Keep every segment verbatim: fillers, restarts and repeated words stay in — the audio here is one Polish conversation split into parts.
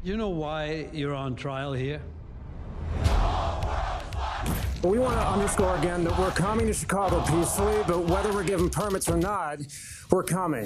You know why you're on trial here? We want to underscore again that we're coming to Chicago peacefully, but whether we're given permits or not, we're coming.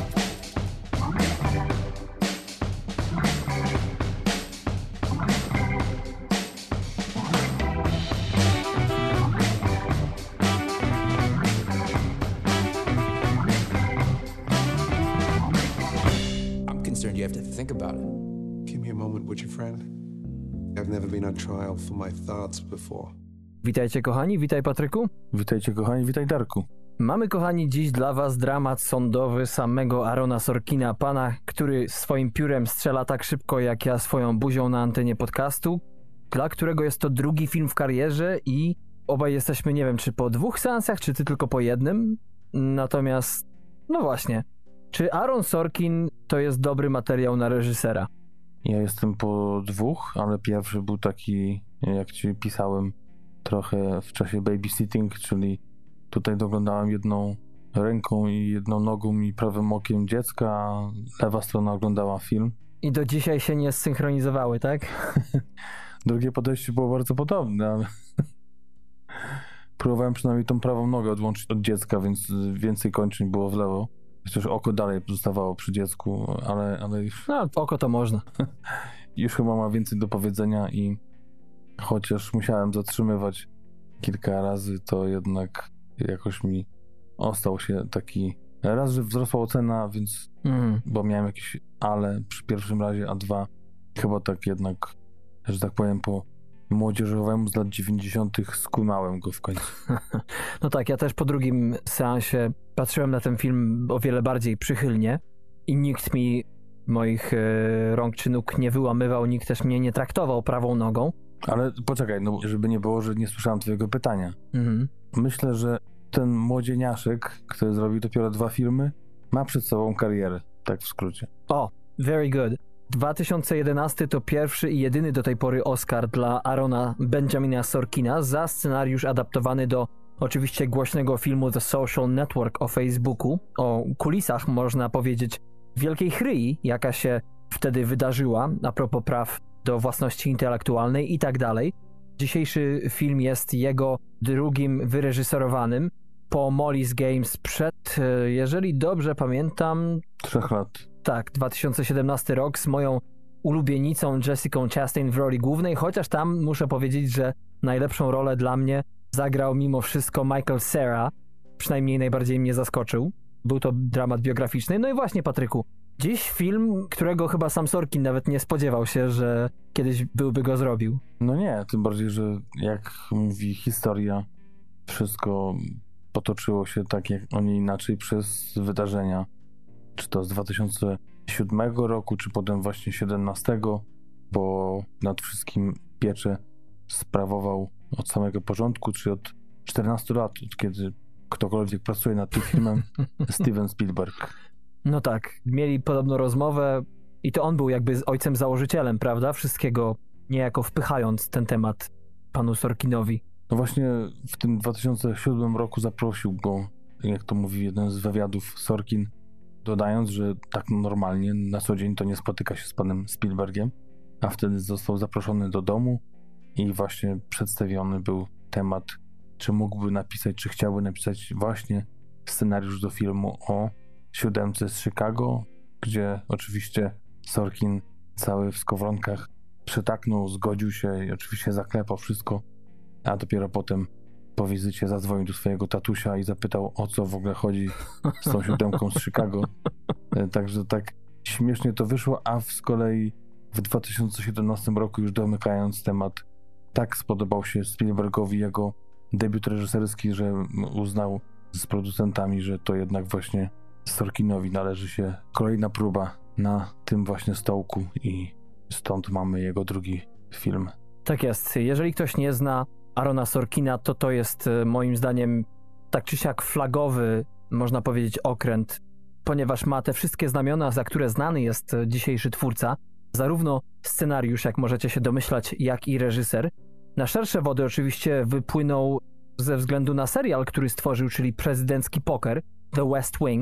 I'm concerned you have to think about it. Give me a moment, would you, friend? I've never been on trial for my thoughts before. Witajcie kochani, witaj Patryku. Witajcie kochani, witaj Darku. Mamy kochani dziś dla was dramat sądowy samego Arona Sorkina, pana, który swoim piórem strzela tak szybko jak ja swoją buzią na antenie podcastu, dla którego jest to drugi film w karierze i obaj jesteśmy, nie wiem, czy po dwóch seansach, czy ty tylko po jednym. Natomiast, no właśnie, czy Aaron Sorkin to jest dobry materiał na reżysera? Ja jestem po dwóch, ale pierwszy był taki, jak ci pisałem, trochę w czasie babysitting, czyli tutaj doglądałem jedną ręką i jedną nogą i prawym okiem dziecka, a lewa strona oglądała film. I do dzisiaj się nie zsynchronizowały, tak? Drugie podejście było bardzo podobne, ale próbowałem przynajmniej tą prawą nogę odłączyć od dziecka, więc więcej kończyn było w lewo. Chociaż oko dalej zostawało przy dziecku, ale... ale już... No, oko to można. Już chyba ma więcej do powiedzenia i chociaż musiałem zatrzymywać kilka razy, to jednak jakoś mi ostał się taki... Raz, że wzrosła ocena, więc... Mm. Bo miałem jakieś ale przy pierwszym razie, a dwa chyba tak jednak, że tak powiem, po młodzieżowemu z lat dziewięćdziesiątych skłamałem go w końcu. No tak, ja też po drugim seansie patrzyłem na ten film o wiele bardziej przychylnie i nikt mi moich e, rąk czy nóg nie wyłamywał, nikt też mnie nie traktował prawą nogą. Ale poczekaj, no żeby nie było, że nie słyszałem twojego pytania. Mhm. Myślę, że ten młodzieniaszek, który zrobił dopiero dwa filmy, ma przed sobą karierę, tak w skrócie. O, very good. dwa tysiące jedenasty to pierwszy i jedyny do tej pory Oscar dla Arona Benjamina Sorkina za scenariusz adaptowany do oczywiście głośnego filmu The Social Network o Facebooku, o kulisach, można powiedzieć, wielkiej chryi, jaka się wtedy wydarzyła a propos praw do własności intelektualnej i tak dalej. Dzisiejszy film jest jego drugim wyreżyserowanym po Molly's Games przed, jeżeli dobrze pamiętam... Trzech lat. Tak, dwa tysiące siedemnasty rok z moją ulubienicą Jessicą Chastain w roli głównej, chociaż tam muszę powiedzieć, że najlepszą rolę dla mnie zagrał mimo wszystko Michael Cera, przynajmniej najbardziej mnie zaskoczył. Był to dramat biograficzny. No i właśnie, Patryku, dziś film, którego chyba sam Sorkin nawet nie spodziewał się, że kiedyś byłby go zrobił. No nie, tym bardziej, że jak mówi historia, wszystko potoczyło się tak, jak o nie inaczej przez wydarzenia. Czy to z dwa tysiące siódmego roku, czy potem właśnie siedemnastego, bo nad wszystkim pieczę sprawował od samego początku, czy od czternastu lat, od kiedy ktokolwiek pracuje nad tym filmem, Steven Spielberg. No tak, mieli podobno rozmowę i to on był jakby ojcem założycielem, prawda? Wszystkiego niejako wpychając ten temat panu Sorkinowi. No właśnie w tym dwa tysiące siódmym roku zaprosił go, jak to mówi jeden z wywiadów, Sorkin, dodając, że tak normalnie na co dzień to nie spotyka się z panem Spielbergiem, a wtedy został zaproszony do domu i właśnie przedstawiony był temat, czy mógłby napisać, czy chciałby napisać właśnie scenariusz do filmu o siódemce z Chicago, gdzie oczywiście Sorkin cały w skowronkach przytaknął, zgodził się i oczywiście zaklepał wszystko, a dopiero potem po wizycie zadzwonił do swojego tatusia i zapytał, o co w ogóle chodzi z tą siódemką z Chicago. Także tak śmiesznie to wyszło, a z kolei w dwa tysiące siedemnastym roku, już domykając temat, tak spodobał się Spielbergowi jego debiut reżyserski, że uznał z producentami, że to jednak właśnie Sorkinowi należy się kolejna próba na tym właśnie stołku i stąd mamy jego drugi film. Tak jest. Jeżeli ktoś nie zna Arona Sorkina, to to jest moim zdaniem tak czy siak flagowy, można powiedzieć, okręt, ponieważ ma te wszystkie znamiona, za które znany jest dzisiejszy twórca, zarówno scenariusz, jak możecie się domyślać, jak i reżyser. Na szersze wody oczywiście wypłynął ze względu na serial, który stworzył, czyli prezydencki poker, The West Wing.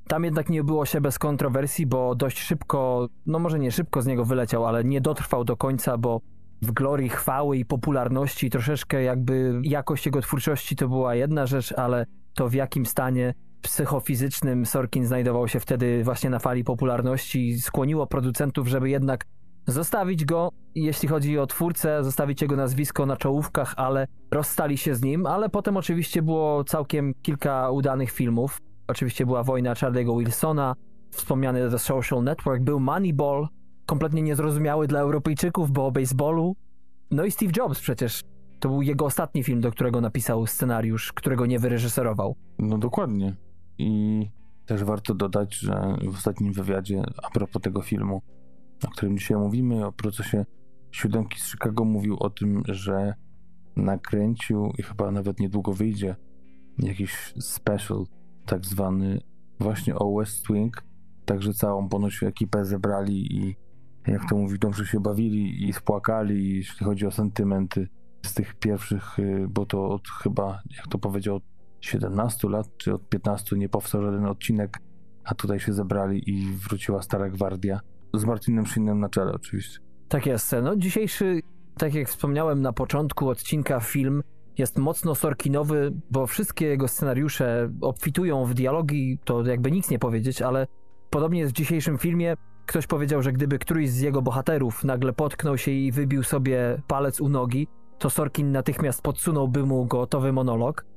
Tam jednak nie było się bez kontrowersji, bo dość szybko, no może nie szybko z niego wyleciał, ale nie dotrwał do końca, bo w glorii chwały i popularności troszeczkę jakby jakość jego twórczości to była jedna rzecz, ale to w jakim stanie psychofizycznym Sorkin znajdował się wtedy właśnie na fali popularności skłoniło producentów, żeby jednak zostawić go, jeśli chodzi o twórcę, zostawić jego nazwisko na czołówkach, ale rozstali się z nim, ale potem oczywiście było całkiem kilka udanych filmów. Oczywiście była Wojna Charlie'ego Wilsona, wspomniany The Social Network, był Moneyball, kompletnie niezrozumiały dla Europejczyków, bo o baseballu. No i Steve Jobs przecież. To był jego ostatni film, do którego napisał scenariusz, którego nie wyreżyserował. No dokładnie. I też warto dodać, że w ostatnim wywiadzie a propos tego filmu, o którym dzisiaj mówimy, o procesie Siódemki z Chicago, mówił o tym, że nakręcił i chyba nawet niedługo wyjdzie jakiś special tak zwany właśnie o West Wing, także całą ponoć ekipę zebrali i jak to mówi, dobrze się bawili i spłakali, jeśli chodzi o sentymenty z tych pierwszych, bo to od chyba, jak to powiedział, od siedemnastu lat, czy od piętnastu nie powstał żaden odcinek, a tutaj się zebrali i wróciła Stara Gwardia. Z Martinem Sheenem na czele oczywiście. Tak jest. No dzisiejszy, tak jak wspomniałem na początku odcinka, film jest mocno sorkinowy, bo wszystkie jego scenariusze obfitują w dialogi, to jakby nic nie powiedzieć, ale podobnie jest w dzisiejszym filmie. Ktoś powiedział, że gdyby któryś z jego bohaterów nagle potknął się i wybił sobie palec u nogi, to Sorkin natychmiast podsunąłby mu gotowy monolog.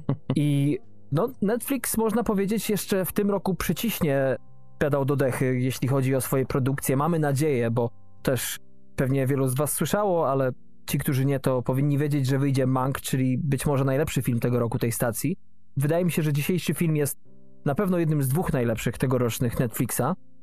I no, Netflix, można powiedzieć, jeszcze w tym roku przyciśnie pedał do dechy, jeśli chodzi o swoje produkcje. Mamy nadzieję, bo też pewnie wielu z was słyszało, ale ci, którzy nie, to powinni wiedzieć, że wyjdzie Mank, czyli być może najlepszy film tego roku tej stacji. Wydaje mi się, że dzisiejszy film jest na pewno jednym z dwóch najlepszych tegorocznych Netflixa.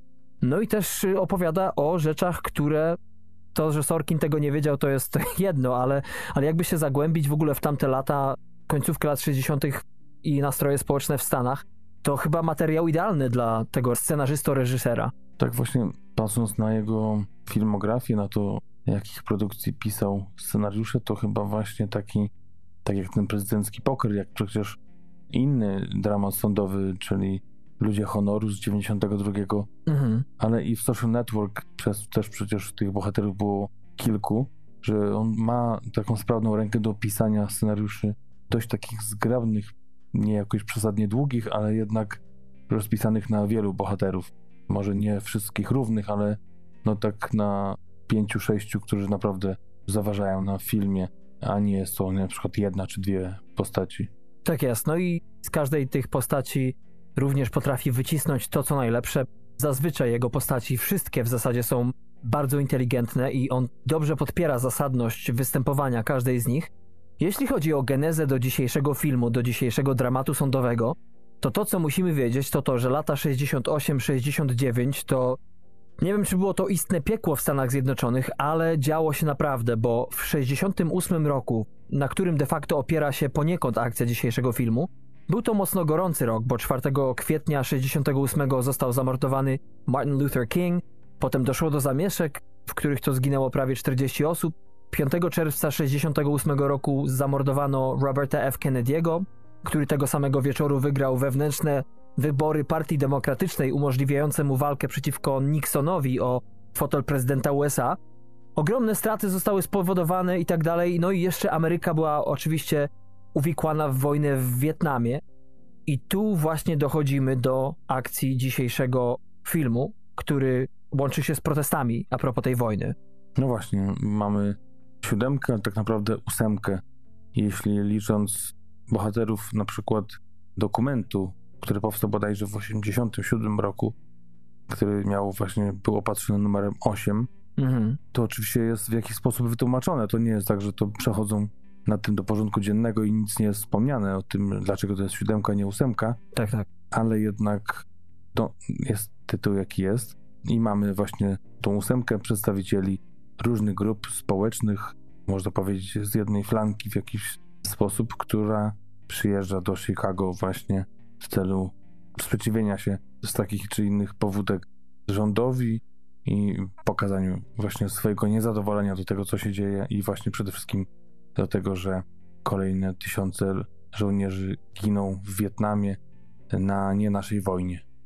No i też opowiada o rzeczach, które to, że Sorkin tego nie wiedział, to jest jedno, ale, ale jakby się zagłębić w ogóle w tamte lata, końcówkę lat sześćdziesiątych i nastroje społeczne w Stanach, to chyba materiał idealny dla tego scenarzysto-reżysera. Tak właśnie patrząc na jego filmografię, na to, jakich produkcji pisał scenariusze, to chyba właśnie taki, tak jak ten Prezydencki Poker, jak przecież inny dramat sądowy, czyli Ludzie Honoru z dziewięćdziesiątego drugiego, mhm. ale i w Social Network przez, też przecież tych bohaterów było kilku, że on ma taką sprawną rękę do pisania scenariuszy dość takich zgrabnych, nie jakoś przesadnie długich, ale jednak rozpisanych na wielu bohaterów. Może nie wszystkich równych, ale no tak na pięciu, sześciu, którzy naprawdę zaważają na filmie, a nie jest to na przykład jedna czy dwie postaci. Tak jest, no i z każdej tych postaci również potrafi wycisnąć to, co najlepsze. Zazwyczaj jego postaci, wszystkie w zasadzie są bardzo inteligentne i on dobrze podpiera zasadność występowania każdej z nich. Jeśli chodzi o genezę do dzisiejszego filmu, do dzisiejszego dramatu sądowego, to to, co musimy wiedzieć, to to, że lata sześćdziesiąt osiem sześćdziesiąt dziewięć to... Nie wiem, czy było to istne piekło w Stanach Zjednoczonych, ale działo się naprawdę, bo w sześćdziesiątym ósmym roku, na którym de facto opiera się poniekąd akcja dzisiejszego filmu, był to mocno gorący rok, bo czwartego kwietnia sześćdziesiątego ósmego został zamordowany Martin Luther King, potem doszło do zamieszek, w których to zginęło prawie czterdzieści osób. piątego czerwca sześćdziesiątego ósmego roku zamordowano Roberta F. Kennedy'ego, który tego samego wieczoru wygrał wewnętrzne wybory Partii Demokratycznej umożliwiające mu walkę przeciwko Nixonowi o fotel prezydenta U S A. Ogromne straty zostały spowodowane i tak dalej. No i jeszcze Ameryka była oczywiście uwikłana w wojnę w Wietnamie. I tu właśnie dochodzimy do akcji dzisiejszego filmu, który łączy się z protestami a propos tej wojny. No właśnie, mamy siódemkę, ale tak naprawdę ósemkę. Jeśli licząc bohaterów na przykład dokumentu, który powstał bodajże w osiemdziesiątym siódmym roku, który miał właśnie, był opatrzony numerem osiem, mhm. to oczywiście jest w jakiś sposób wytłumaczone. To nie jest tak, że to przechodzą na tym do porządku dziennego i nic nie jest wspomniane o tym, dlaczego to jest siódemka, a nie ósemka. Tak, tak. Ale jednak to jest tytuł, jaki jest. I mamy właśnie tą ósemkę przedstawicieli różnych grup społecznych, można powiedzieć z jednej flanki w jakiś sposób, która przyjeżdża do Chicago właśnie w celu sprzeciwienia się z takich czy innych powódek rządowi i pokazaniu właśnie swojego niezadowolenia do tego, co się dzieje i właśnie przede wszystkim do tego, że kolejne tysiące żołnierzy giną w Wietnamie na nie naszej wojnie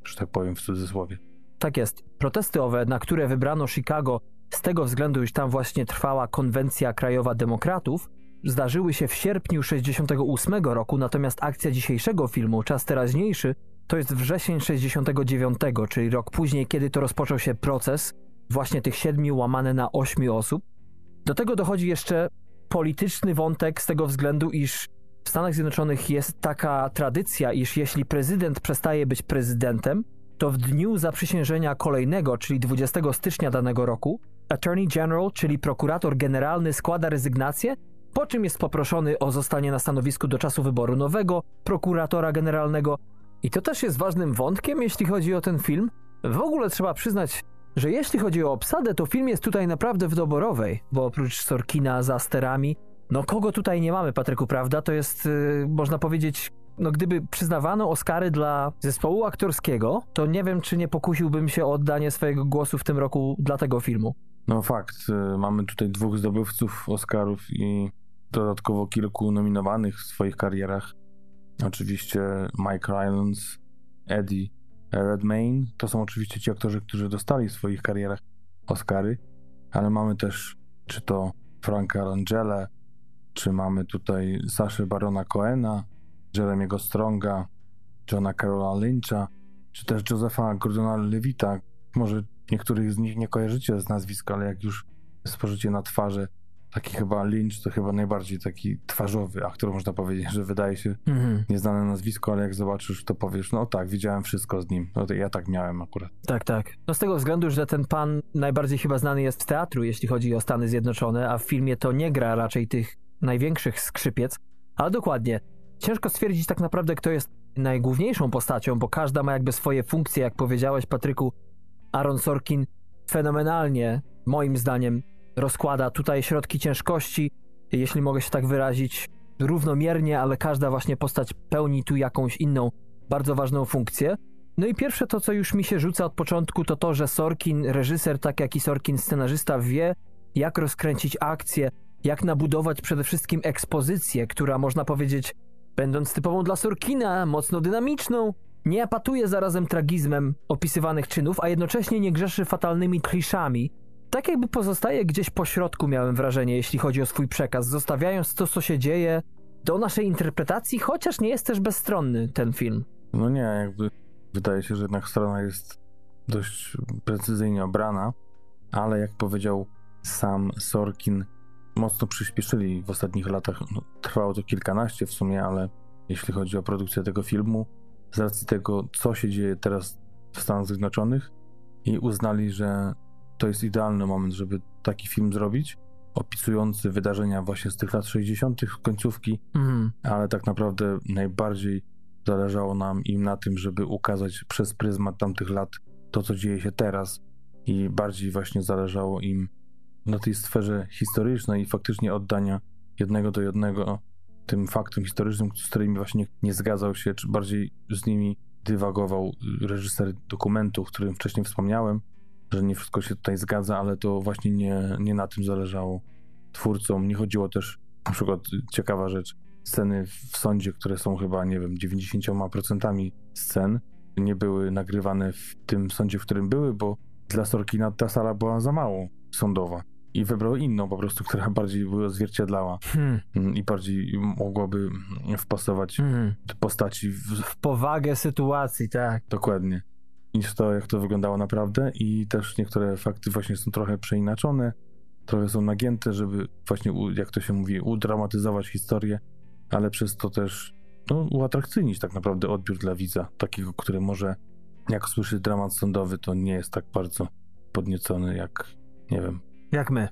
że tak powiem w cudzysłowie. Tak jest. Protesty owe, na które wybrano Chicago z tego względu, iż tam właśnie trwała konwencja krajowa demokratów, zdarzyły się w sierpniu sześćdziesiątego ósmego roku, natomiast akcja dzisiejszego filmu, czas teraźniejszy, to jest wrzesień sześćdziesiątego dziewiątego, czyli rok później, kiedy to rozpoczął się proces właśnie tych siedmiu łamane na ośmiu osób. Do tego dochodzi jeszcze polityczny wątek z tego względu, iż w Stanach Zjednoczonych jest taka tradycja, iż jeśli prezydent przestaje być prezydentem, to w dniu zaprzysiężenia kolejnego, czyli dwudziestego stycznia danego roku, Attorney General, czyli prokurator generalny, składa rezygnację, po czym jest poproszony o zostanie na stanowisku do czasu wyboru nowego prokuratora generalnego. I to też jest ważnym wątkiem, jeśli chodzi o ten film. W ogóle trzeba przyznać, że jeśli chodzi o obsadę, to film jest tutaj naprawdę w doborowej, bo oprócz Sorkina za sterami, no kogo tutaj nie mamy, Patryku, prawda? To jest, yy, można powiedzieć, no gdyby przyznawano Oscary dla zespołu aktorskiego, to nie wiem, czy nie pokusiłbym się o oddanie swojego głosu w tym roku dla tego filmu. No fakt, mamy tutaj dwóch zdobywców Oscarów i dodatkowo kilku nominowanych w swoich karierach. Oczywiście Mike Rylance, Eddie Redmayne, to są oczywiście ci aktorzy, którzy dostali w swoich karierach Oscary, ale mamy też czy to Franka Langella, czy mamy tutaj Saszę Barona Cohena, Jeremiego Stronga, Johna Carola Lyncha, czy też Josepha Gordona-Levitta. Może niektórych z nich nie kojarzycie z nazwiska, ale jak już spojrzycie na twarze, taki chyba Lynch to chyba najbardziej taki twarzowy aktor, można powiedzieć, że wydaje się mm-hmm. nieznane nazwisko, ale jak zobaczysz, to powiesz, no tak, widziałem wszystko z nim. No to ja tak miałem akurat. Tak, tak. No z tego względu, że ten pan najbardziej chyba znany jest z teatru, jeśli chodzi o Stany Zjednoczone, a w filmie to nie gra raczej tych największych skrzypiec, ale dokładnie. Ciężko stwierdzić tak naprawdę, kto jest najgłówniejszą postacią, bo każda ma jakby swoje funkcje, jak powiedziałeś, Patryku. Aaron Sorkin fenomenalnie, moim zdaniem, rozkłada tutaj środki ciężkości, jeśli mogę się tak wyrazić, równomiernie, ale każda właśnie postać pełni tu jakąś inną, bardzo ważną funkcję. No i pierwsze to, co już mi się rzuca od początku, to to, że Sorkin, reżyser, tak jak i Sorkin, scenarzysta, wie, jak rozkręcić akcję, jak nabudować przede wszystkim ekspozycję, która, można powiedzieć, będąc typową dla Sorkina, mocno dynamiczną, nie apatuje zarazem tragizmem opisywanych czynów, a jednocześnie nie grzeszy fatalnymi kliszami. Tak jakby pozostaje gdzieś po środku, miałem wrażenie, jeśli chodzi o swój przekaz, zostawiając to, co się dzieje, do naszej interpretacji, chociaż nie jest też bezstronny ten film. No nie, jakby wydaje się, że jednak strona jest dość precyzyjnie obrana, ale jak powiedział sam Sorkin, mocno przyspieszyli w ostatnich latach. No, trwało to kilkanaście w sumie, ale jeśli chodzi o produkcję tego filmu, z racji tego, co się dzieje teraz w Stanach Zjednoczonych, i uznali, że to jest idealny moment, żeby taki film zrobić, opisujący wydarzenia właśnie z tych lat sześćdziesiątych końcówki, mm. ale tak naprawdę najbardziej zależało nam im na tym, żeby ukazać przez pryzmat tamtych lat to, co dzieje się teraz, i bardziej właśnie zależało im na tej sferze historycznej i faktycznie oddania jednego do jednego tym faktom historycznym, z którymi właśnie nie zgadzał się, czy bardziej z nimi dywagował reżyser dokumentu, o którym wcześniej wspomniałem, że nie wszystko się tutaj zgadza, ale to właśnie nie, nie na tym zależało twórcom. Nie chodziło też, na przykład ciekawa rzecz, sceny w sądzie, które są chyba, nie wiem, dziewięćdziesiąt procent scen, nie były nagrywane w tym sądzie, w którym były, bo dla Sorkina ta sala była za mało sądowa. I wybrał inną po prostu, która bardziej by odzwierciedlała hmm. i bardziej mogłaby wpasować hmm. postaci w... w powagę sytuacji, tak. Dokładnie. Niż to, jak to wyglądało naprawdę, i też niektóre fakty właśnie są trochę przeinaczone, trochę są nagięte, żeby właśnie, jak to się mówi, udramatyzować historię, ale przez to też no, uatrakcyjnić tak naprawdę odbiór dla widza, takiego, który może, jak słyszy dramat sądowy, to nie jest tak bardzo podniecony jak, nie wiem, Jak my.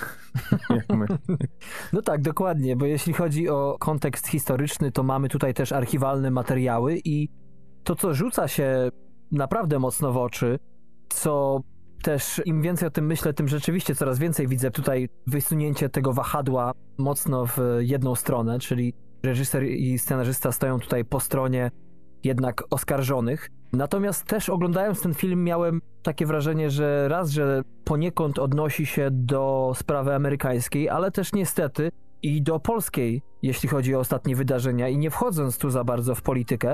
Jak my. No tak, dokładnie, bo jeśli chodzi o kontekst historyczny, to mamy tutaj też archiwalne materiały i to, co rzuca się naprawdę mocno w oczy, co też im więcej o tym myślę, tym rzeczywiście coraz więcej widzę tutaj wysunięcie tego wahadła mocno w jedną stronę, czyli reżyser i scenarzysta stoją tutaj po stronie jednak oskarżonych. Natomiast też oglądając ten film miałem takie wrażenie, że raz, że poniekąd odnosi się do sprawy amerykańskiej, ale też niestety i do polskiej, jeśli chodzi o ostatnie wydarzenia, i nie wchodząc tu za bardzo w politykę,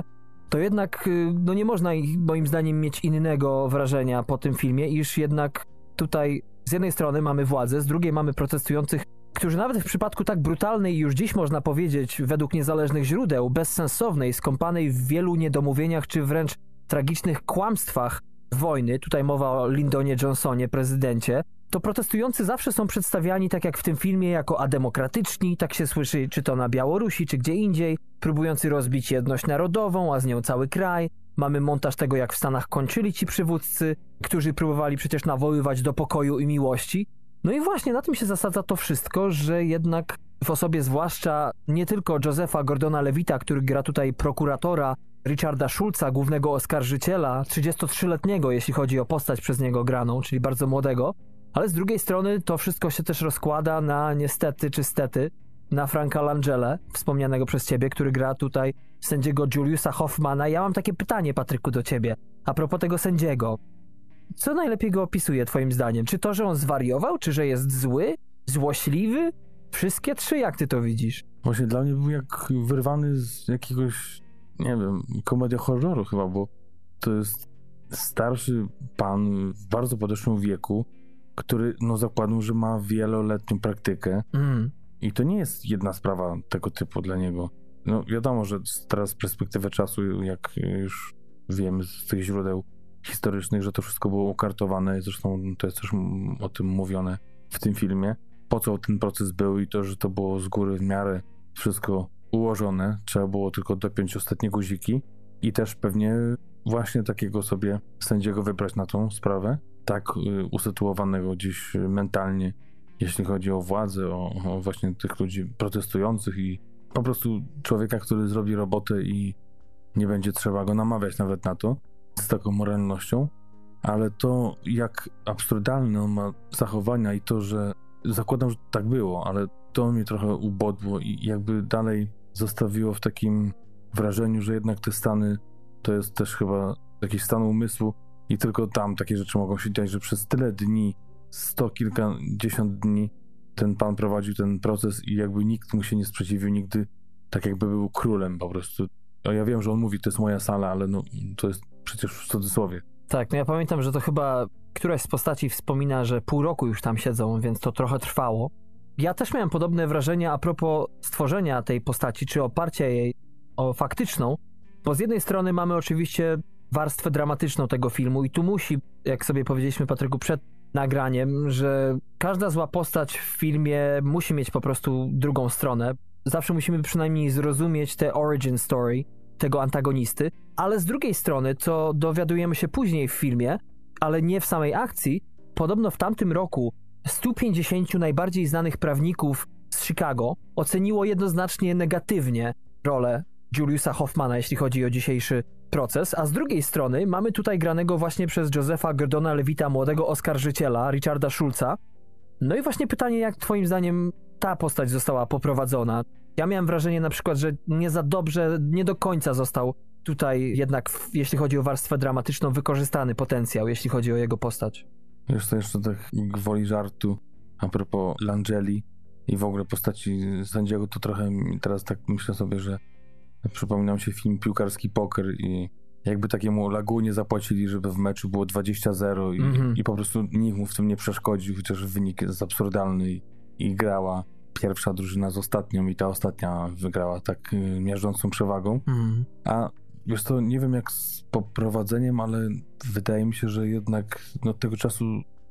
to jednak y, no nie można ich, moim zdaniem mieć innego wrażenia po tym filmie, iż jednak tutaj z jednej strony mamy władzę, z drugiej mamy protestujących, którzy nawet w przypadku tak brutalnej, już dziś można powiedzieć, według niezależnych źródeł, bezsensownej, skąpanej w wielu niedomówieniach czy wręcz tragicznych kłamstwach wojny, tutaj mowa o Lyndonie Johnsonie, prezydencie, to protestujący zawsze są przedstawiani, tak jak w tym filmie, jako ademokratyczni, tak się słyszy czy to na Białorusi, czy gdzie indziej, próbujący rozbić jedność narodową, a z nią cały kraj. Mamy montaż tego, jak w Stanach kończyli ci przywódcy, którzy próbowali przecież nawoływać do pokoju i miłości. No i właśnie na tym się zasadza to wszystko, że jednak w osobie zwłaszcza nie tylko Josepha Gordona-Levita, który gra tutaj prokuratora, Richarda Schulza, głównego oskarżyciela, trzydziestotrzyletniego, jeśli chodzi o postać przez niego graną, czyli bardzo młodego, ale z drugiej strony to wszystko się też rozkłada na niestety czy stety na Franka Langella, wspomnianego przez ciebie, który gra tutaj sędziego Juliusa Hoffmana. Ja mam takie pytanie, Patryku, do ciebie. A propos tego sędziego. Co najlepiej go opisuje twoim zdaniem? Czy to, że on zwariował? Czy że jest zły? Złośliwy? Wszystkie trzy, jak ty to widzisz? Właśnie dla mnie był jak wyrwany z jakiegoś, nie wiem, komedia horroru chyba, bo to jest starszy pan w bardzo podeszłym wieku, który, no zakładam, że ma wieloletnią praktykę. Mm. I to nie jest jedna sprawa tego typu dla niego. No wiadomo, że teraz z perspektywy czasu, jak już wiemy z tych źródeł historycznych, że to wszystko było ukartowane, zresztą to jest też o tym mówione w tym filmie, po co ten proces był i to, że to było z góry w miarę wszystko ułożone, trzeba było tylko dopiąć ostatnie guziki i też pewnie właśnie takiego sobie sędziego wybrać na tą sprawę, tak usytuowanego gdzieś mentalnie, jeśli chodzi o władzę, o, o właśnie tych ludzi protestujących i po prostu człowieka, który zrobi robotę i nie będzie trzeba go namawiać nawet na to, z taką moralnością, ale to jak absurdalne on ma zachowania i to, że zakładam, że tak było, ale to mnie trochę ubodło i jakby dalej zostawiło w takim wrażeniu, że jednak te stany to jest też chyba jakiś stan umysłu i tylko tam takie rzeczy mogą się dziać, że przez tyle dni, sto kilkadziesiąt dni ten pan prowadził ten proces i jakby nikt mu się nie sprzeciwił nigdy, tak jakby był królem po prostu. No ja wiem, że on mówi, to jest moja sala, ale no to jest przecież w cudzysłowie. Tak, no ja pamiętam, że to chyba któraś z postaci wspomina, że pół roku już tam siedzą, więc to trochę trwało. Ja też miałem podobne wrażenie a propos stworzenia tej postaci, czy oparcia jej o faktyczną, bo z jednej strony mamy oczywiście warstwę dramatyczną tego filmu i tu musi, jak sobie powiedzieliśmy, Patryku, przed nagraniem, że każda zła postać w filmie musi mieć po prostu drugą stronę. Zawsze musimy przynajmniej zrozumieć tę origin story tego antagonisty, ale z drugiej strony, co dowiadujemy się później w filmie, ale nie w samej akcji, podobno w tamtym roku stu pięćdziesięciu najbardziej znanych prawników z Chicago oceniło jednoznacznie negatywnie rolę Juliusa Hoffmana, jeśli chodzi o dzisiejszy proces, a z drugiej strony mamy tutaj granego właśnie przez Josepha Gordona-Levita młodego oskarżyciela, Richarda Schulza. No i właśnie pytanie, jak twoim zdaniem ta postać została poprowadzona? Ja miałem wrażenie na przykład, że nie za dobrze, nie do końca został tutaj jednak, jeśli chodzi o warstwę dramatyczną, wykorzystany potencjał, jeśli chodzi o jego postać. Wiesz co, jeszcze tak gwoli żartu a propos Langelli i w ogóle postaci sędziego, to trochę teraz tak myślę sobie, że przypominam się film Piłkarski Poker i jakby takiemu Lagunie zapłacili, żeby w meczu było dwadzieścia zero i, mm-hmm. i po prostu nikt mu w tym nie przeszkodził, chociaż wynik jest absurdalny i, i grała pierwsza drużyna z ostatnią i ta ostatnia wygrała tak y, miażdżącą przewagą. Mm. A wiesz to, nie wiem jak z poprowadzeniem, ale wydaje mi się, że jednak no, tego czasu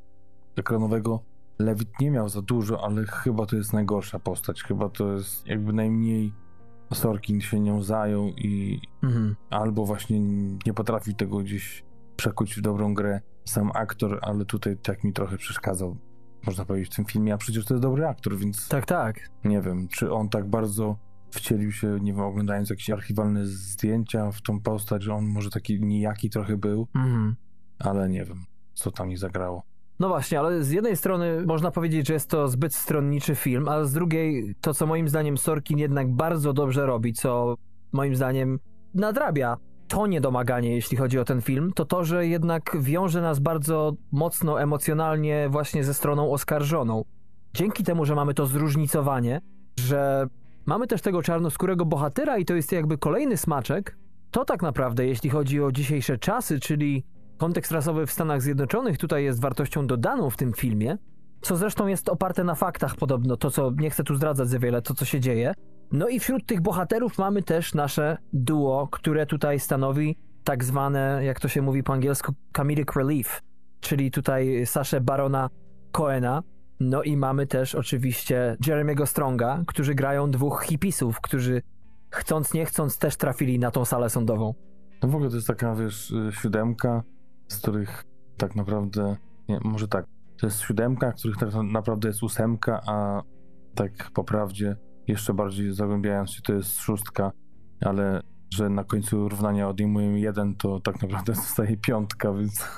ekranowego Levit nie miał za dużo, ale chyba to jest najgorsza postać. Chyba to jest jakby najmniej Sorkin się nią zajął i mm. albo właśnie nie potrafił tego gdzieś przekuć w dobrą grę sam aktor, ale tutaj tak mi trochę przeszkadzał, można powiedzieć, w tym filmie, a przecież to jest dobry aktor, więc tak, tak. Nie wiem, czy on tak bardzo wcielił się, nie wiem, oglądając jakieś archiwalne zdjęcia w tą postać, że on może taki nijaki trochę był, mm. ale nie wiem, co tam mi zagrało. No właśnie, ale z jednej strony można powiedzieć, że jest to zbyt stronniczy film, a z drugiej to, co moim zdaniem Sorkin jednak bardzo dobrze robi, co moim zdaniem nadrabia to niedomaganie, jeśli chodzi o ten film, to to, że jednak wiąże nas bardzo mocno emocjonalnie właśnie ze stroną oskarżoną. Dzięki temu, że mamy to zróżnicowanie, że mamy też tego czarnoskórego bohatera i to jest jakby kolejny smaczek, to tak naprawdę, jeśli chodzi o dzisiejsze czasy, czyli kontekst rasowy w Stanach Zjednoczonych, tutaj jest wartością dodaną w tym filmie, co zresztą jest oparte na faktach podobno, to co, nie chcę tu zdradzać za wiele, to co się dzieje. No i wśród tych bohaterów mamy też nasze duo, które tutaj stanowi tak zwane, jak to się mówi po angielsku, comedic relief, czyli tutaj Saszę Barona Cohena. No i mamy też oczywiście Jeremy'ego Stronga, którzy grają dwóch hipisów, którzy chcąc nie chcąc też trafili na tą salę sądową. No w ogóle to jest taka, wiesz, siódemka, z których tak naprawdę, nie, może tak, to jest siódemka, których tak naprawdę jest ósemka, a tak po prawdzie, jeszcze bardziej zagłębiając się, to jest szóstka, ale że na końcu równania odejmujemy jeden, to tak naprawdę zostaje piątka, więc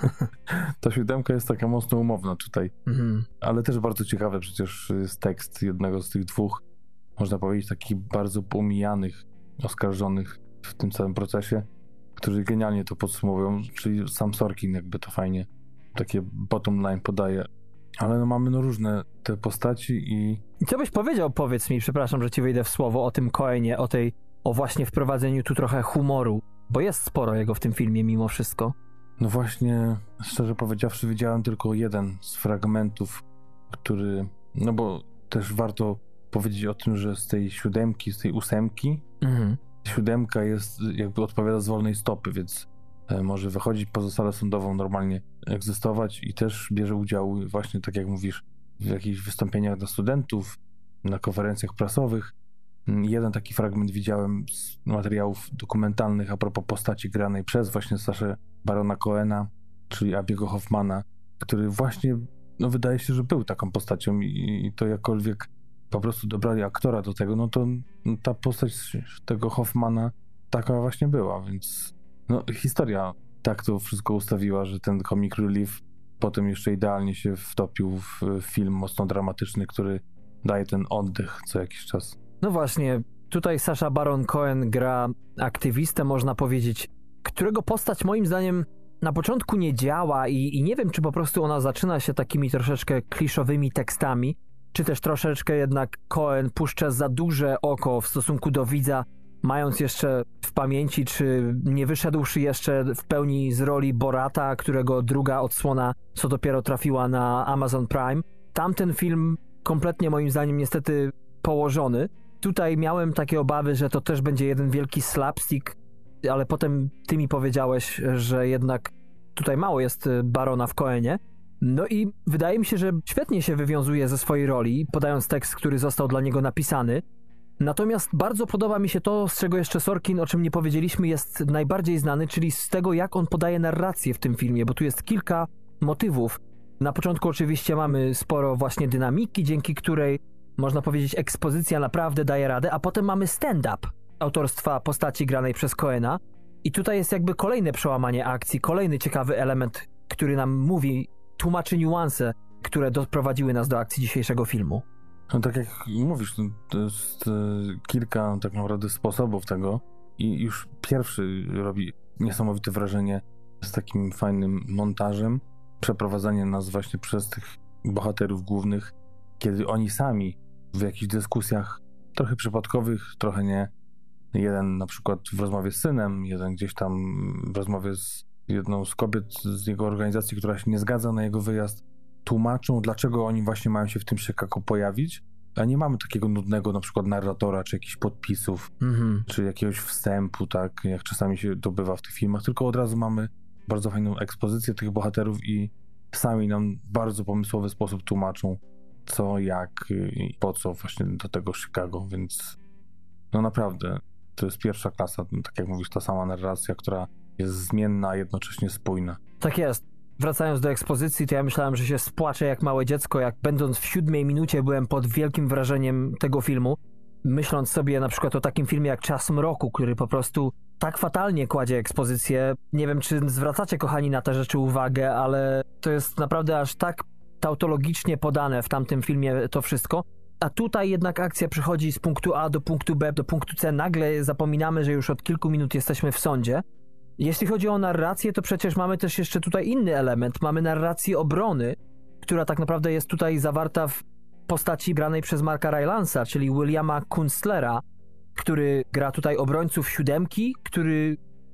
ta siódemka jest taka mocno umowna tutaj. Mhm. Ale też bardzo ciekawe przecież jest tekst jednego z tych dwóch, można powiedzieć, takich bardzo pomijanych oskarżonych w tym całym procesie, którzy genialnie to podsumowują, czyli sam Sorkin jakby to fajnie takie bottom line podaje. Ale no mamy no różne te postaci i... I co byś powiedział, powiedz mi, przepraszam, że ci wejdę w słowo, o tym Coenie, o tej, o właśnie wprowadzeniu tu trochę humoru, bo jest sporo jego w tym filmie mimo wszystko. No właśnie, szczerze powiedziawszy, widziałem tylko jeden z fragmentów, który... No bo też warto powiedzieć o tym, że z tej siódemki, z tej ósemki, mhm. siódemka jest, jakby odpowiada z wolnej stopy, więc może wychodzić poza salę sądową, normalnie egzystować i też bierze udział właśnie, tak jak mówisz, w jakichś wystąpieniach dla studentów, na konferencjach prasowych. Jeden taki fragment widziałem z materiałów dokumentalnych a propos postaci granej przez właśnie Saszę Barona Cohena, czyli Abiego Hoffmana, który właśnie, no wydaje się, że był taką postacią i, i to jakkolwiek po prostu dobrali aktora do tego, no to ta postać tego Hoffmana taka właśnie była, więc no historia tak to wszystko ustawiła, że ten comic relief potem jeszcze idealnie się wtopił w film mocno dramatyczny, który daje ten oddech co jakiś czas. No właśnie, tutaj Sacha Baron Cohen gra aktywistę, można powiedzieć, którego postać moim zdaniem na początku nie działa i, i nie wiem, czy po prostu ona zaczyna się takimi troszeczkę kliszowymi tekstami, czy też troszeczkę jednak Cohen puszcza za duże oko w stosunku do widza, mając jeszcze w pamięci, czy nie wyszedłszy jeszcze w pełni z roli Borata, którego druga odsłona co dopiero trafiła na Amazon Prime. Tamten film kompletnie moim zdaniem niestety położony. Tutaj miałem takie obawy, że to też będzie jeden wielki slapstick, ale potem ty mi powiedziałeś, że jednak tutaj mało jest Barona w Coenie. No i wydaje mi się, że świetnie się wywiązuje ze swojej roli, podając tekst, który został dla niego napisany. Natomiast bardzo podoba mi się to, z czego jeszcze Sorkin, o czym nie powiedzieliśmy, jest najbardziej znany, czyli z tego, jak on podaje narrację w tym filmie, bo tu jest kilka motywów. Na początku oczywiście mamy sporo właśnie dynamiki, dzięki której, można powiedzieć, ekspozycja naprawdę daje radę, a potem mamy stand-up autorstwa postaci granej przez Cohena i tutaj jest jakby kolejne przełamanie akcji, kolejny ciekawy element, który nam mówi, tłumaczy niuanse, które doprowadziły nas do akcji dzisiejszego filmu. No tak jak mówisz, to jest e, kilka tak naprawdę sposobów tego i już pierwszy robi niesamowite wrażenie z takim fajnym montażem, przeprowadzanie nas właśnie przez tych bohaterów głównych, kiedy oni sami w jakichś dyskusjach trochę przypadkowych, trochę nie, jeden na przykład w rozmowie z synem, jeden gdzieś tam w rozmowie z jedną z kobiet z jego organizacji, która się nie zgadza na jego wyjazd, tłumaczą, dlaczego oni właśnie mają się w tym Chicago pojawić, a nie mamy takiego nudnego na przykład narratora, czy jakichś podpisów, mm-hmm. czy jakiegoś wstępu, tak, jak czasami się to bywa w tych filmach, tylko od razu mamy bardzo fajną ekspozycję tych bohaterów i sami nam w bardzo pomysłowy sposób tłumaczą, co, jak i po co właśnie do tego Chicago, więc no naprawdę, to jest pierwsza klasa, tak jak mówisz, ta sama narracja, która jest zmienna, a jednocześnie spójna. Tak jest. Wracając do ekspozycji, to ja myślałem, że się spłaczę jak małe dziecko, jak będąc w siódmej minucie byłem pod wielkim wrażeniem tego filmu, myśląc sobie na przykład o takim filmie jak Czas mroku, który po prostu tak fatalnie kładzie ekspozycję. Nie wiem, czy zwracacie, kochani, na te rzeczy uwagę, ale to jest naprawdę aż tak tautologicznie podane w tamtym filmie to wszystko. A tutaj jednak akcja przychodzi z punktu A do punktu B, do punktu C. Nagle zapominamy, że już od kilku minut jesteśmy w sądzie. Jeśli chodzi o narrację, to przecież mamy też jeszcze tutaj inny element. Mamy narrację obrony, która tak naprawdę jest tutaj zawarta w postaci granej przez Marka Rylance'a, czyli Williama Kunstlera, który gra tutaj obrońców siódemki, który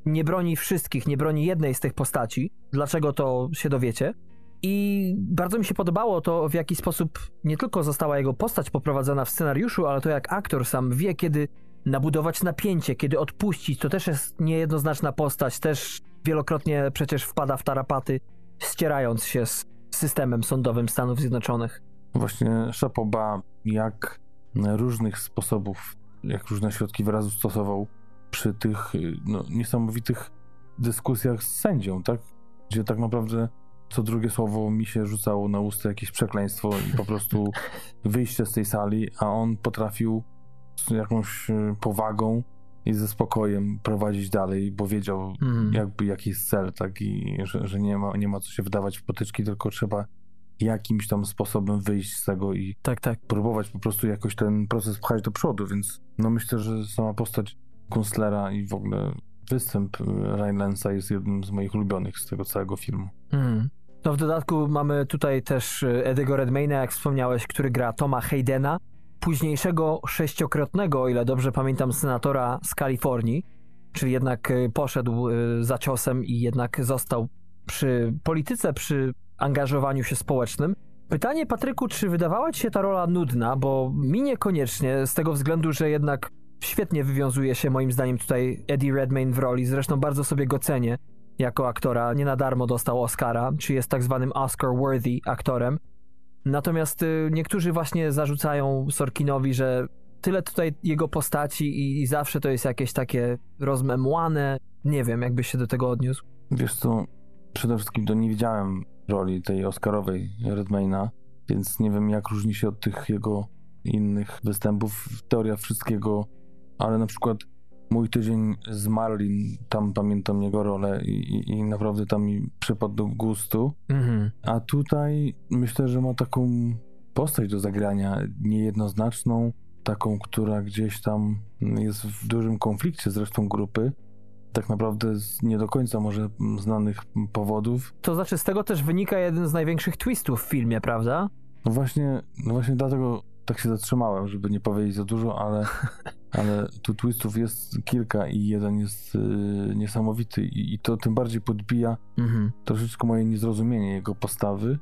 nie broni wszystkich, nie broni jednej z tych postaci. Dlaczego, to się dowiecie. I bardzo mi się podobało to, w jaki sposób nie tylko została jego postać poprowadzona w scenariuszu, ale to jak aktor sam wie, kiedy nabudować napięcie, kiedy odpuścić. To też jest niejednoznaczna postać, też wielokrotnie przecież wpada w tarapaty, ścierając się z systemem sądowym Stanów Zjednoczonych. Właśnie Szapoba, jak różnych sposobów, jak różne środki wyrazu stosował przy tych no, niesamowitych dyskusjach z sędzią, tak? Gdzie tak naprawdę co drugie słowo mi się rzucało na usta jakieś przekleństwo i po prostu wyjście z tej sali, a on potrafił z jakąś powagą i ze spokojem prowadzić dalej, bo wiedział mm. jakby jaki jest cel, tak? I że, że nie ma, nie ma co się wdawać w potyczki, tylko trzeba jakimś tam sposobem wyjść z tego i tak, tak. próbować po prostu jakoś ten proces pchać do przodu, więc no myślę, że sama postać Kunstlera i w ogóle występ Rylance'a jest jednym z moich ulubionych z tego całego filmu. Mm. No w dodatku mamy tutaj też Eddie'ego Redmayna, jak wspomniałeś, który gra Toma Haydena, późniejszego sześciokrotnego, o ile dobrze pamiętam, senatora z Kalifornii, czyli jednak poszedł za ciosem i jednak został przy polityce, przy angażowaniu się społecznym. Pytanie, Patryku, czy wydawała ci się ta rola nudna, bo mi niekoniecznie, z tego względu, że jednak świetnie wywiązuje się moim zdaniem tutaj Eddie Redmayne w roli, zresztą bardzo sobie go cenię jako aktora, nie na darmo dostał Oscara, czy jest tak zwanym Oscar-worthy aktorem. Natomiast y, niektórzy właśnie zarzucają Sorkinowi, że tyle tutaj jego postaci i, i zawsze to jest jakieś takie rozmemłane. Nie wiem, jakbyś się do tego odniósł. Wiesz co, przede wszystkim to nie widziałem roli tej Oscarowej Redmayna, więc nie wiem, jak różni się od tych jego innych występów. Teoria wszystkiego, ale na przykład Mój tydzień z Marlin, tam pamiętam jego rolę i, i, i naprawdę tam mi przypadł do gustu. Mhm. A tutaj myślę, że ma taką postać do zagrania niejednoznaczną, taką, która gdzieś tam jest w dużym konflikcie z resztą grupy. Tak naprawdę z nie do końca może znanych powodów. To znaczy z tego też wynika jeden z największych twistów w filmie, prawda? No właśnie, no właśnie dlatego tak się zatrzymałem, żeby nie powiedzieć za dużo, ale, ale tu twistów jest kilka i jeden jest yy, niesamowity i, i to tym bardziej podbija mhm. troszeczkę moje niezrozumienie jego postawy,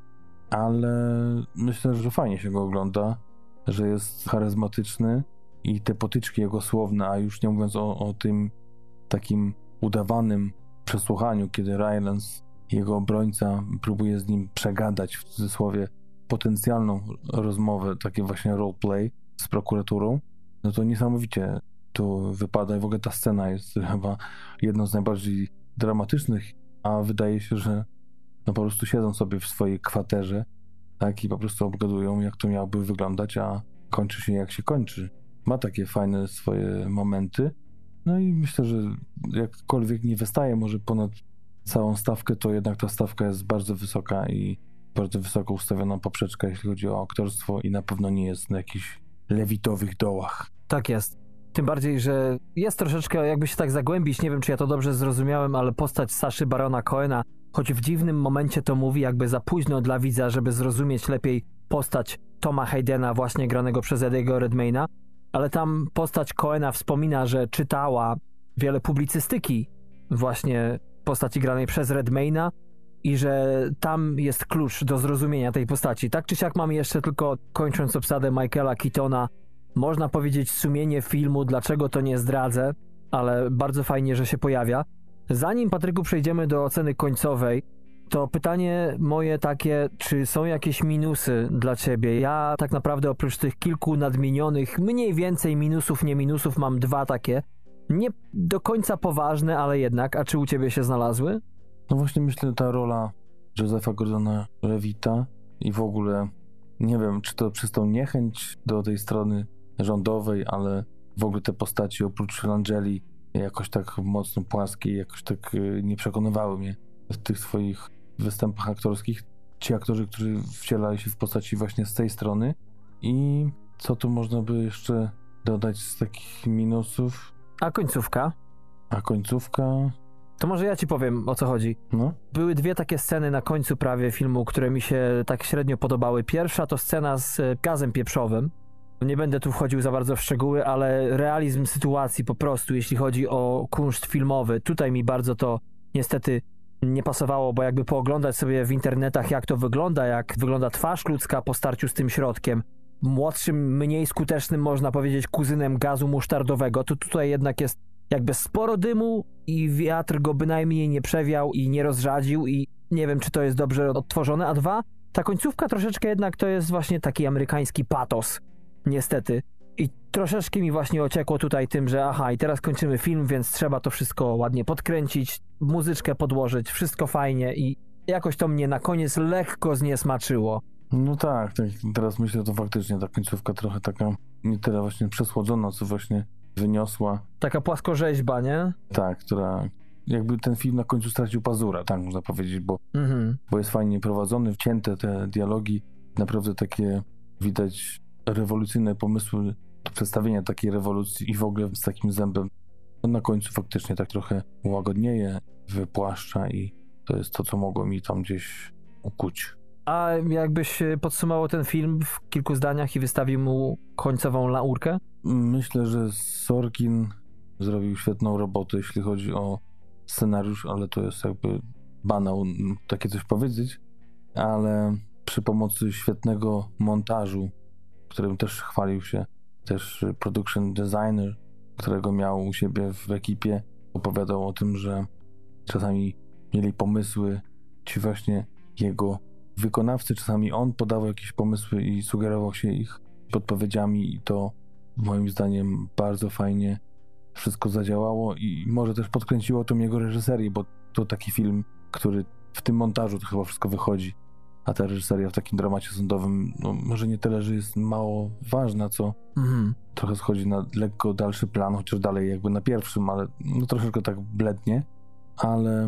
ale myślę, że fajnie się go ogląda, że jest charyzmatyczny i te potyczki jego słowne, a już nie mówiąc o, o tym takim udawanym przesłuchaniu, kiedy Rylance, jego obrońca, próbuje z nim przegadać w cudzysłowie potencjalną rozmowę, takie właśnie roleplay z prokuraturą, no to niesamowicie to wypada i w ogóle ta scena jest chyba jedną z najbardziej dramatycznych, a wydaje się, że no po prostu siedzą sobie w swojej kwaterze, tak, i po prostu obgadują, jak to miałoby wyglądać, a kończy się jak się kończy. Ma takie fajne swoje momenty, no i myślę, że jakkolwiek nie wystaje może ponad całą stawkę, to jednak ta stawka jest bardzo wysoka i bardzo wysoko ustawiona poprzeczka, jeśli chodzi o aktorstwo i na pewno nie jest na jakichś lewitowych dołach. Tak jest. Tym bardziej, że jest troszeczkę, jakby się tak zagłębić, nie wiem, czy ja to dobrze zrozumiałem, ale postać Saszy Barona Cohena, choć w dziwnym momencie to mówi jakby za późno dla widza, żeby zrozumieć lepiej postać Toma Haydena, właśnie granego przez Eddie'ego Redmayna, ale tam postać Cohena wspomina, że czytała wiele publicystyki właśnie postaci granej przez Redmayna i że tam jest klucz do zrozumienia tej postaci. Tak czy siak mamy jeszcze tylko, kończąc obsadę Michaela Keatona, można powiedzieć sumienie filmu, dlaczego to nie zdradzę, ale bardzo fajnie, że się pojawia. Zanim, Patryku, przejdziemy do oceny końcowej, to pytanie moje takie, czy są jakieś minusy dla ciebie? Ja tak naprawdę oprócz tych kilku nadmienionych, mniej więcej minusów, nie minusów, mam dwa takie, nie do końca poważne, ale jednak. A czy u ciebie się znalazły? No właśnie myślę, ta rola Josepha Gordona-Levitta i w ogóle, nie wiem, czy to przez tą niechęć do tej strony rządowej, ale w ogóle te postaci oprócz Langeli jakoś tak mocno płaskie, jakoś tak nie przekonywały mnie w tych swoich występach aktorskich. Ci aktorzy, którzy wcielali się w postaci właśnie z tej strony. I co tu można by jeszcze dodać z takich minusów? A końcówka? A końcówka... To może ja ci powiem, o co chodzi. No? Były dwie takie sceny na końcu prawie filmu, które mi się tak średnio podobały. Pierwsza to scena z gazem pieprzowym Nie będę tu wchodził za bardzo w szczegóły, ale realizm sytuacji po prostu, jeśli chodzi o kunszt filmowy, tutaj mi bardzo to niestety nie pasowało, bo jakby pooglądać sobie w internetach, jak to wygląda, jak wygląda twarz ludzka po starciu z tym środkiem, młodszym, mniej skutecznym, można powiedzieć, kuzynem gazu musztardowego, to tutaj jednak jest jakby sporo dymu i wiatr go bynajmniej nie przewiał i nie rozrzadził i nie wiem, czy to jest dobrze odtworzone, a dwa, ta końcówka troszeczkę jednak to jest właśnie taki amerykański patos, niestety. I troszeczkę mi właśnie ociekło tutaj tym, że aha, i teraz kończymy film, więc trzeba to wszystko ładnie podkręcić, muzyczkę podłożyć, wszystko fajnie i jakoś to mnie na koniec lekko zniesmaczyło. No tak, tak, teraz myślę, to faktycznie ta końcówka trochę taka nie tyle właśnie przesłodzona, co właśnie wyniosła. Taka płaskorzeźba, nie? Tak, która jakby ten film na końcu stracił pazura, tak można powiedzieć, bo, mhm. bo jest fajnie prowadzony, wcięte te dialogi, naprawdę takie widać rewolucyjne pomysły do przedstawienia takiej rewolucji i w ogóle z takim zębem. No na końcu faktycznie tak trochę łagodnieje, wypłaszcza i to jest to, co mogło mi tam gdzieś ukuć. A jakbyś podsumował ten film w kilku zdaniach i wystawił mu końcową laurkę? Myślę, że Sorkin zrobił świetną robotę, jeśli chodzi o scenariusz, ale to jest jakby banał takie coś powiedzieć, ale przy pomocy świetnego montażu, którym też chwalił się też production designer, którego miał u siebie w ekipie, opowiadał o tym, że czasami mieli pomysły ci właśnie jego wykonawcy, czasami on podawał jakieś pomysły i sugerował się ich podpowiedziami i to moim zdaniem bardzo fajnie wszystko zadziałało i może też podkręciło tą jego reżyserię, bo to taki film, który w tym montażu to chyba wszystko wychodzi, a ta reżyseria w takim dramacie sądowym, no może nie tyle, że jest mało ważna, co mhm. trochę schodzi na lekko dalszy plan, chociaż dalej jakby na pierwszym, ale no troszeczkę tak blednie, ale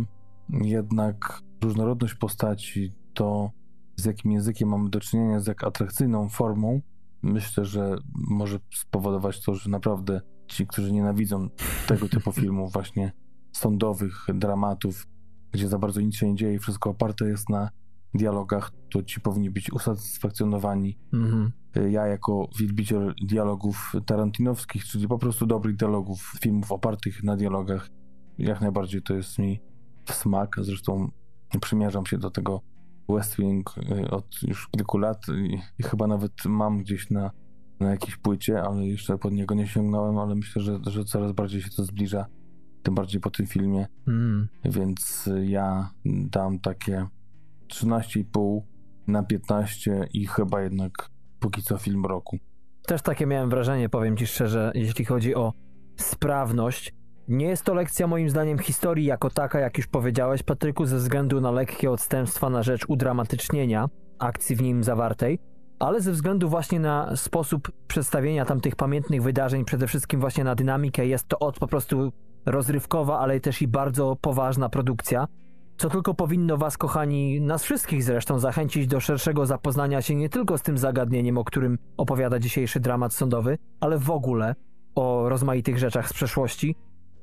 jednak różnorodność postaci, to z jakim językiem mamy do czynienia, z jak atrakcyjną formą, myślę, że może spowodować to, że naprawdę ci, którzy nienawidzą tego typu filmów właśnie sądowych, dramatów, gdzie za bardzo nic się nie dzieje i wszystko oparte jest na dialogach, to ci powinni być usatysfakcjonowani. Mm-hmm. Ja jako wielbiciel dialogów tarantinowskich, czyli po prostu dobrych dialogów, filmów opartych na dialogach, jak najbardziej to jest mi w smak. Zresztą przymierzam się do tego West Wing od już kilku lat i, i chyba nawet mam gdzieś na, na jakiejś płycie, ale jeszcze pod niego nie sięgnąłem, ale myślę, że, że coraz bardziej się to zbliża, tym bardziej po tym filmie. Mm. Więc ja dam takie trzynaście i pół na piętnaście i chyba jednak póki co film roku. Też takie miałem wrażenie, powiem ci szczerze, jeśli chodzi o sprawność. Nie jest to lekcja moim zdaniem historii jako taka, jak już powiedziałeś, Patryku, ze względu na lekkie odstępstwa na rzecz udramatycznienia akcji w nim zawartej, ale ze względu właśnie na sposób przedstawienia tamtych pamiętnych wydarzeń, przede wszystkim właśnie na dynamikę. Jest to od po prostu rozrywkowa, ale też i bardzo poważna produkcja, co tylko powinno was, kochani, nas wszystkich zresztą zachęcić do szerszego zapoznania się nie tylko z tym zagadnieniem, o którym opowiada dzisiejszy dramat sądowy, ale w ogóle o rozmaitych rzeczach z przeszłości.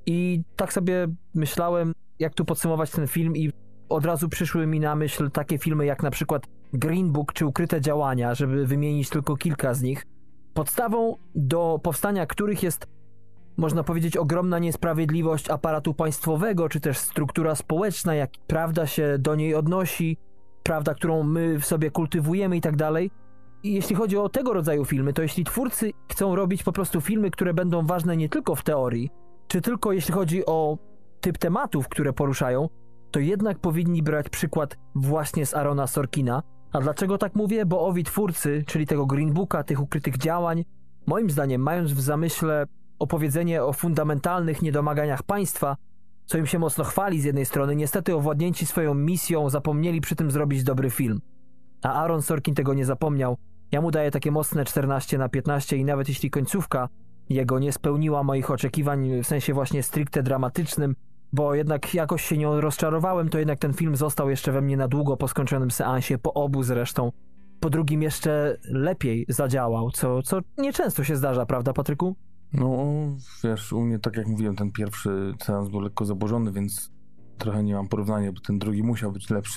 I tak sobie myślałem, jak tu podsumować ten film i od razu przyszły mi na myśl takie filmy jak na przykład Green Book czy Ukryte działania, żeby wymienić tylko kilka z nich. Podstawą do powstania których jest, można powiedzieć, ogromna niesprawiedliwość aparatu państwowego, czy też struktura społeczna, jak prawda się do niej odnosi, prawda, którą my w sobie kultywujemy i tak dalej. I jeśli chodzi o tego rodzaju filmy, to jeśli twórcy chcą robić po prostu filmy, które będą ważne nie tylko w teorii, czy tylko jeśli chodzi o typ tematów, które poruszają, to jednak powinni brać przykład właśnie z Aarona Sorkina. A dlaczego tak mówię? Bo owi twórcy, czyli tego Green Booka, tych ukrytych działań, moim zdaniem, mając w zamyśle opowiedzenie o fundamentalnych niedomaganiach państwa, co im się mocno chwali z jednej strony, niestety owładnięci swoją misją zapomnieli przy tym zrobić dobry film. A Aaron Sorkin tego nie zapomniał. Ja mu daję takie mocne czternaście na piętnaście i nawet jeśli końcówka jego nie spełniła moich oczekiwań w sensie właśnie stricte dramatycznym, bo jednak jakoś się nią rozczarowałem, to jednak ten film został jeszcze we mnie na długo po skończonym seansie, po obu zresztą. Po drugim jeszcze lepiej zadziałał, co, co nieczęsto się zdarza, prawda, Patryku? No, wiesz, u mnie, tak jak mówiłem, ten pierwszy seans był lekko zaburzony, więc trochę nie mam porównania, bo ten drugi musiał być lepszy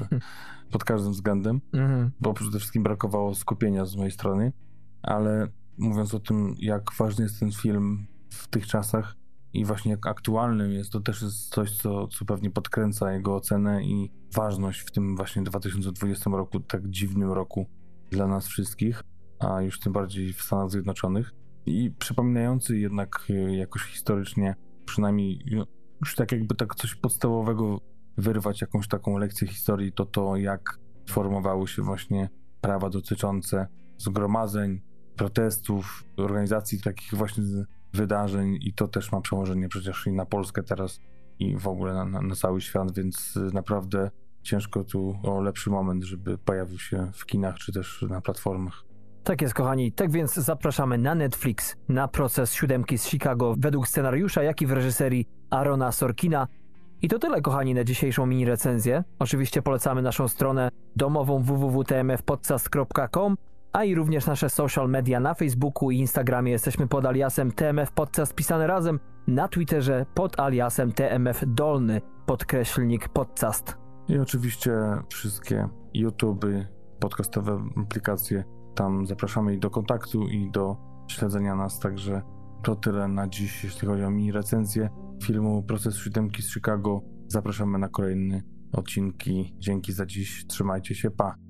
pod każdym względem, mhm. bo przede wszystkim brakowało skupienia z mojej strony, ale mówiąc o tym, jak ważny jest ten film w tych czasach i właśnie jak aktualnym jest, to też jest coś, co, co pewnie podkręca jego ocenę i ważność w tym właśnie dwa tysiące dwudziestym roku, tak dziwnym roku dla nas wszystkich, a już tym bardziej w Stanach Zjednoczonych. I przypominający jednak jakoś historycznie, przynajmniej już tak jakby tak coś podstawowego wyrwać, jakąś taką lekcję historii, to to jak formowały się właśnie prawa dotyczące zgromadzeń, protestów, organizacji takich właśnie wydarzeń i to też ma przełożenie przecież i na Polskę teraz i w ogóle na, na, na cały świat, więc naprawdę ciężko tu o lepszy moment, żeby pojawił się w kinach czy też na platformach. Tak jest, kochani. Tak więc zapraszamy na Netflix na Proces Siódemki z Chicago według scenariusza, jak i w reżyserii Aarona Sorkina. I to tyle, kochani, na dzisiejszą mini recenzję. Oczywiście polecamy naszą stronę domową w w w kropka t m f podcast kropka com, a i również nasze social media na Facebooku i Instagramie. Jesteśmy pod aliasem T M F Podcast pisane razem, na Twitterze pod aliasem T M F dolny podkreślnik podcast. I oczywiście wszystkie YouTube'y, podcastowe aplikacje, tam zapraszamy i do kontaktu i do śledzenia nas, także to tyle na dziś, jeśli chodzi o mini recenzję filmu Proces Siódemki z Chicago. Zapraszamy na kolejne odcinki. Dzięki za dziś, trzymajcie się, pa!